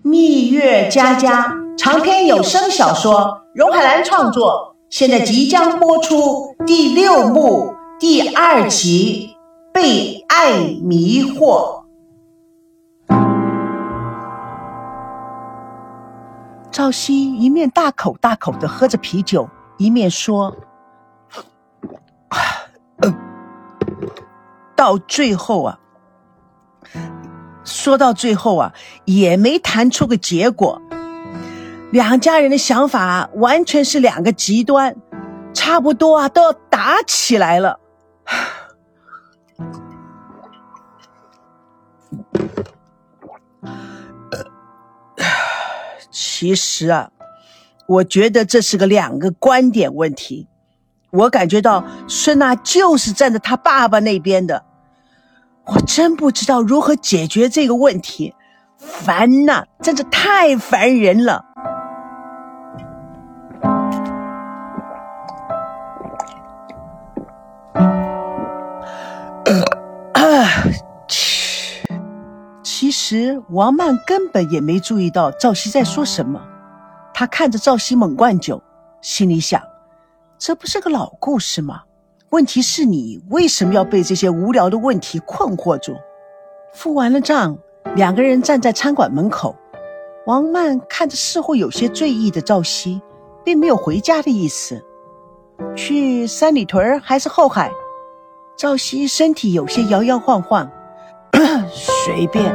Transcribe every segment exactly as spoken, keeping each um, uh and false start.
蜜月佳佳长篇有声小说，荣海兰创作，现在即将播出第六幕第二集《被爱迷惑》。 赵熙一面大口大口地喝着啤酒，一面说、呃、到最后啊说到最后啊也没谈出个结果，两家人的想法完全是两个极端，差不多啊都要打起来了。其实啊我觉得这是个两个观点问题，我感觉到孙娜就是站在他爸爸那边的，我真不知道如何解决这个问题，烦呐，真是太烦人了。其实王曼根本也没注意到赵熙在说什么，他看着赵熙猛灌酒，心里想，这不是个老故事吗？问题是你为什么要被这些无聊的问题困惑住？付完了账，两个人站在餐馆门口，王曼看着似乎有些醉意的赵熙，并没有回家的意思。去三里屯还是后海？赵熙身体有些摇摇晃晃，随便。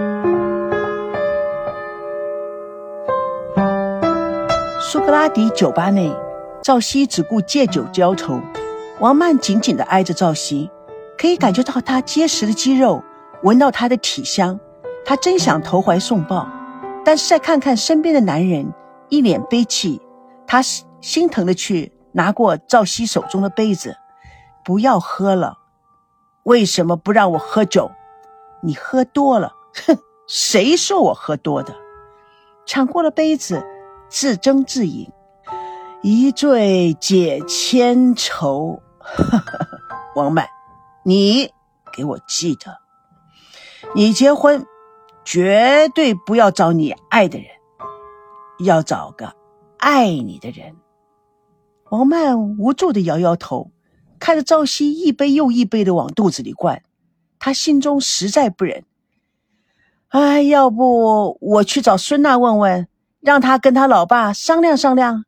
苏格拉底酒吧内，赵熙只顾借酒浇愁，王曼紧紧地挨着赵熙，可以感觉到他结实的肌肉，闻到他的体香，他真想投怀送抱，但是再看看身边的男人一脸悲戚，他心疼地去拿过赵熙手中的杯子，不要喝了。为什么不让我喝酒？你喝多了。哼，谁说我喝多的？抢过了杯子，自斟自饮，一醉解千愁。王曼，你给我记得，你结婚绝对不要找你爱的人，要找个爱你的人。王曼无助地摇摇头，看着赵熙一杯又一杯地往肚子里灌，他心中实在不忍。哎，要不我去找孙娜问问，让他跟他老爸商量商量。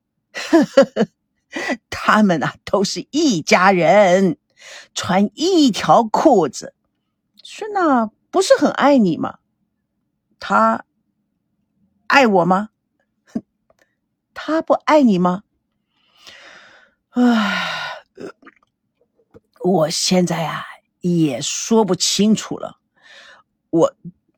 他们啊都是一家人，穿一条裤子。孙娜不是很爱你吗？他爱我吗？他不爱你吗？唉，我现在啊也说不清楚了，我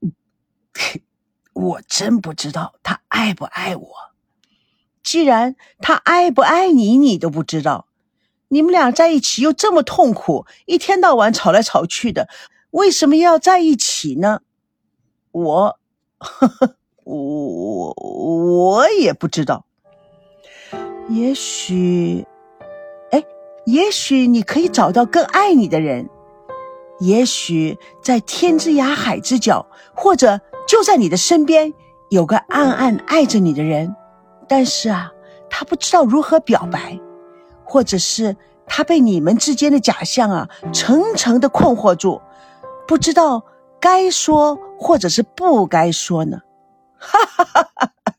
我真不知道他爱不爱我。既然他爱不爱你你都不知道，你们俩在一起又这么痛苦，一天到晚吵来吵去的，为什么要在一起呢？我呵呵我我也不知道。也许哎，也许你可以找到更爱你的人，也许在天之涯海之角，或者就在你的身边有个暗暗爱着你的人，但是啊他不知道如何表白，或者是他被你们之间的假象啊层层的困惑住，不知道该说或者是不该说呢。哈哈哈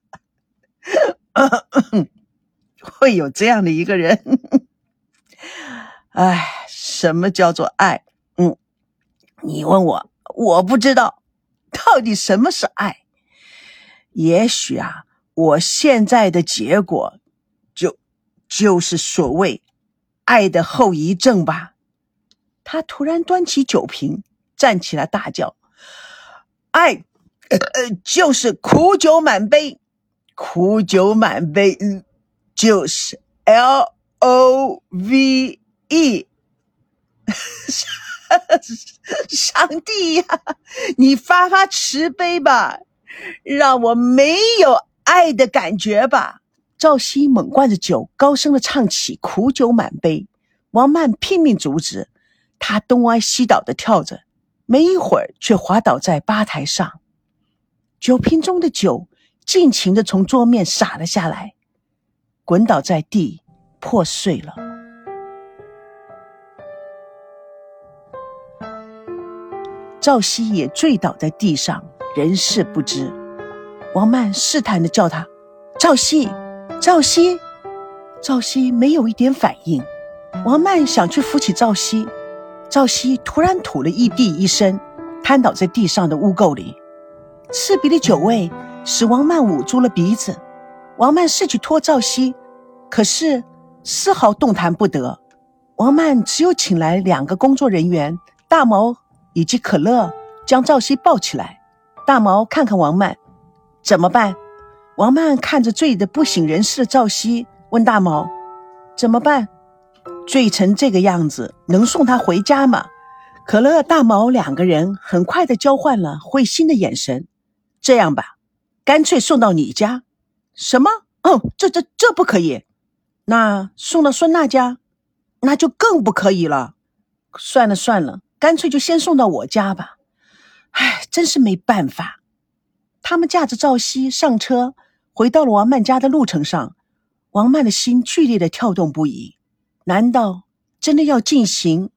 哈，会有这样的一个人。哎，什么叫做爱？嗯，你问我，我不知道到底什么是爱。也许啊我现在的结果就就是所谓爱的后遗症吧。他突然端起酒瓶，站起来大叫，爱呃就是苦酒满杯，苦酒满杯、嗯、就是 L O V E。 上帝呀，你发发慈悲吧，让我没有爱的感觉吧。赵熙猛灌着酒，高声地唱起苦酒满杯。王曼拼命阻止，他东歪西倒地跳着，没一会儿却滑倒在吧台上。酒瓶中的酒尽情地从桌面洒了下来，滚倒在地，破碎了。赵熙也坠倒在地上，人事不知。王曼试探地叫他：赵熙，赵熙。赵熙没有一点反应。王曼想去扶起赵熙，赵熙突然吐了一地一身，瘫倒在地上的污垢里。刺鼻的酒味使王曼捂住了鼻子。王曼试去拖赵熙，可是丝毫动弹不得。王曼只有请来两个工作人员，大毛以及可乐，将赵熙抱起来。大毛看看王曼，怎么办？王曼看着醉得不省人事的赵熙，问大毛，怎么办？醉成这个样子，能送他回家吗？可乐、大毛两个人很快地交换了会心的眼神。这样吧，干脆送到你家。什么？哦，这这这不可以。那送到孙娜家？那就更不可以了。算了算了，干脆就先送到我家吧。唉，真是没办法。他们驾着赵熙上车，回到了王曼家的路程上。王曼的心剧烈地跳动不已。难道真的要进行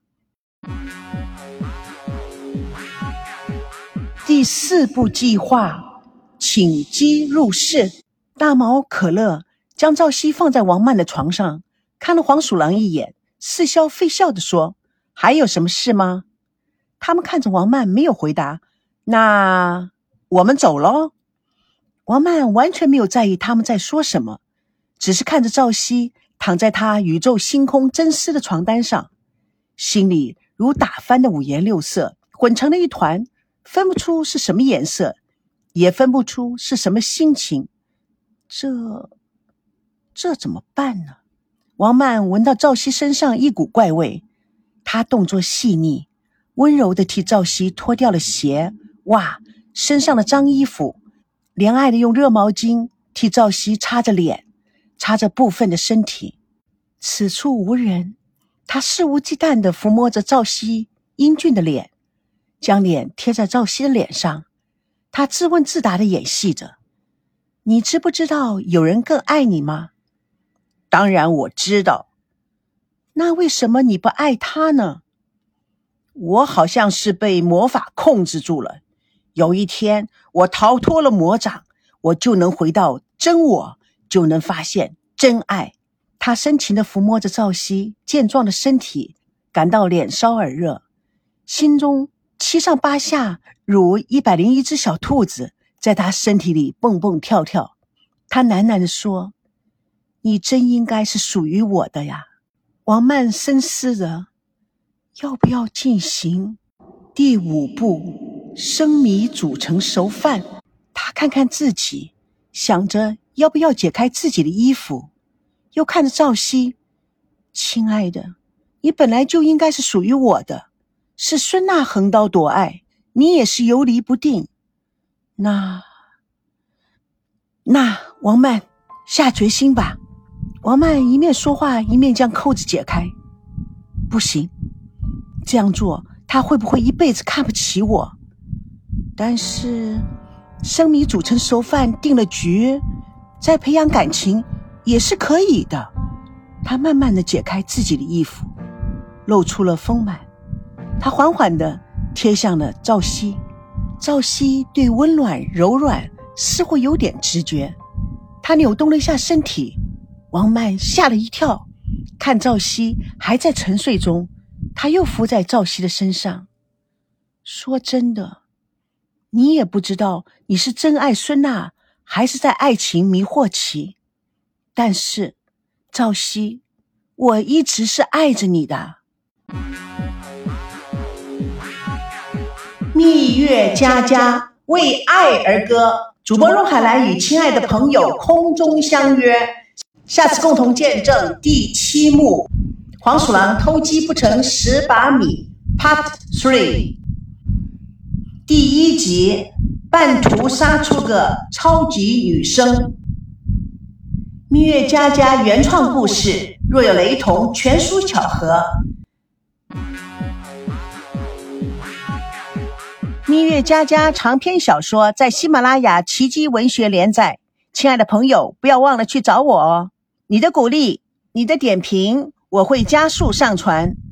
第四步计划，请鸡入室？大毛、可乐将赵熙放在王曼的床上，看了黄鼠狼一眼，似笑非笑地说：还有什么事吗？他们看着王曼没有回答。那我们走咯。王曼完全没有在意他们在说什么，只是看着赵熙躺在他宇宙星空真丝的床单上，心里如打翻的五颜六色，混成了一团，分不出是什么颜色，也分不出是什么心情。这这怎么办呢？王曼闻到赵熙身上一股怪味，她动作细腻，温柔地替赵熙脱掉了鞋袜身上的脏衣服，怜爱地用热毛巾替赵熙擦着脸，擦着部分的身体。此处无人，他肆无忌惮地抚摸着赵熙英俊的脸，将脸贴在赵熙的脸上。他自问自答地演戏着：你知不知道有人更爱你吗？当然我知道。那为什么你不爱他呢？我好像是被魔法控制住了。有一天我逃脱了魔掌，我就能回到真我，就能发现真爱。他深情地抚摸着赵熙健壮的身体，感到脸烧耳热，心中七上八下如一百零一只小兔子在他身体里蹦蹦跳跳。他喃喃地说：你真应该是属于我的呀。王曼深思着，要不要进行第五步，生米煮成熟饭？他看看自己，想着要不要解开自己的衣服，又看着赵熙，亲爱的，你本来就应该是属于我的，是孙娜横刀夺爱，你也是游离不定。那那王曼，下决心吧。王曼一面说话，一面将扣子解开。不行，这样做他会不会一辈子看不起我？但是生米煮成熟饭，定了局，再培养感情也是可以的。他慢慢地解开自己的衣服，露出了丰满。他缓缓地贴向了赵熙。赵熙对温暖柔软似乎有点直觉，他扭动了一下身体。王曼吓了一跳，看赵熙还在沉睡中，他又伏在赵熙的身上。说真的，你也不知道你是真爱孙娜，还是在爱情迷惑期。但是赵熙，我一直是爱着你的。 蜜月佳佳为爱而歌，主播荣海兰与亲爱的朋友空中相约，下次共同见证第七幕黄鼠狼偷鸡不成蚀把米 Part 三， 第一集半途杀出个超级女生。蜜月佳佳原创故事，若有雷同，全属巧合。 蜜月佳佳长篇小说在喜马拉雅奇迹文学连载， 亲爱的朋友，不要忘了去找我哦。你的鼓励，你的点评，我会加速上传。